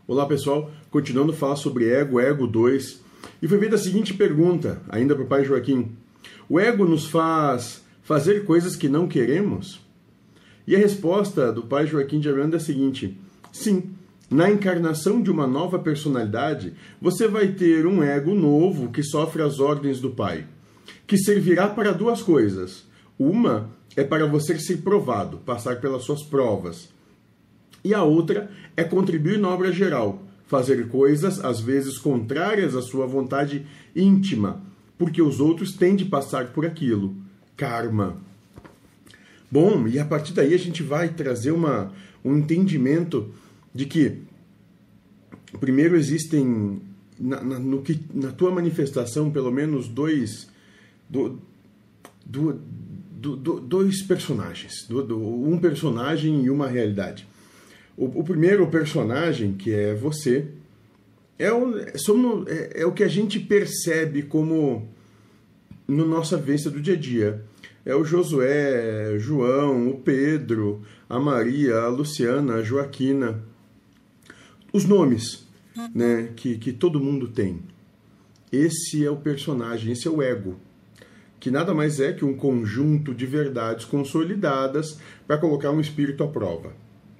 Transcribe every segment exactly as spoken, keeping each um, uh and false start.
Olá pessoal, continuando a falar sobre ego, ego dois, e foi feita a seguinte pergunta, ainda para o pai Joaquim: o ego nos faz fazer coisas que não queremos? E a resposta do pai Joaquim de Aranda é a seguinte: sim, na encarnação de uma nova personalidade, você vai ter um ego novo que sofre as ordens do pai, que servirá para duas coisas. Uma é para você ser provado, passar pelas suas provas. E a outra é contribuir na obra geral, fazer coisas às vezes contrárias à sua vontade íntima, porque os outros têm de passar por aquilo. Karma. Bom, e a partir daí a gente vai trazer uma, um entendimento de que, primeiro, existem na, na, no que, na tua manifestação pelo menos dois, do, do, do, do, dois personagens, do, do, um personagem e uma realidade. O, o primeiro personagem, que é você, é o, somos, é, é o que a gente percebe como na nossa vivência do dia a dia. É o Josué, João, o Pedro, a Maria, a Luciana, a Joaquina. Os nomes, né, que, que todo mundo tem. Esse é o personagem, esse é o ego, que nada mais é que um conjunto de verdades consolidadas para colocar um espírito à prova.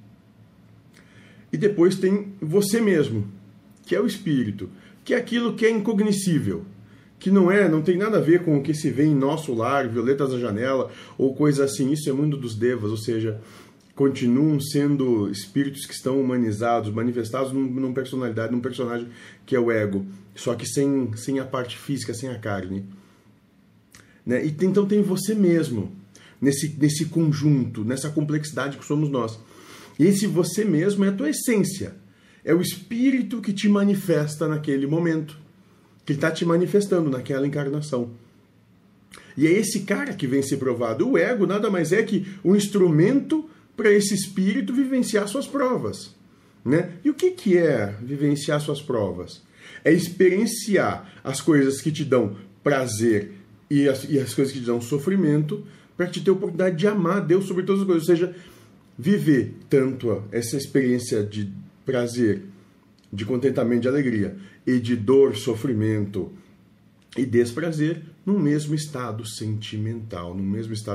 E depois tem você mesmo, que é o espírito, que é aquilo que é incognoscível, que não é, não tem nada a ver com o que se vê em nosso lar, violetas na janela, ou coisa assim. Isso é mundo dos devas, ou seja, continuam sendo espíritos que estão humanizados, manifestados num, numa personalidade, num personagem que é o ego, só que sem, sem a parte física, sem a carne. Né? E então tem você mesmo, nesse, nesse conjunto, nessa complexidade que somos nós. E esse você mesmo é a tua essência. É o espírito que te manifesta naquele momento, que está te manifestando naquela encarnação. E é esse cara que vem ser provado. O ego nada mais é que um instrumento para esse espírito vivenciar suas provas. Né? E o que, que é vivenciar suas provas? É experienciar as coisas que te dão prazer e as, e as coisas que te dão sofrimento, para te ter a oportunidade de amar Deus sobre todas as coisas. Ou seja, viver tanto essa experiência de prazer, de contentamento, de alegria, e de dor, sofrimento e desprazer, no mesmo estado sentimental, no mesmo estado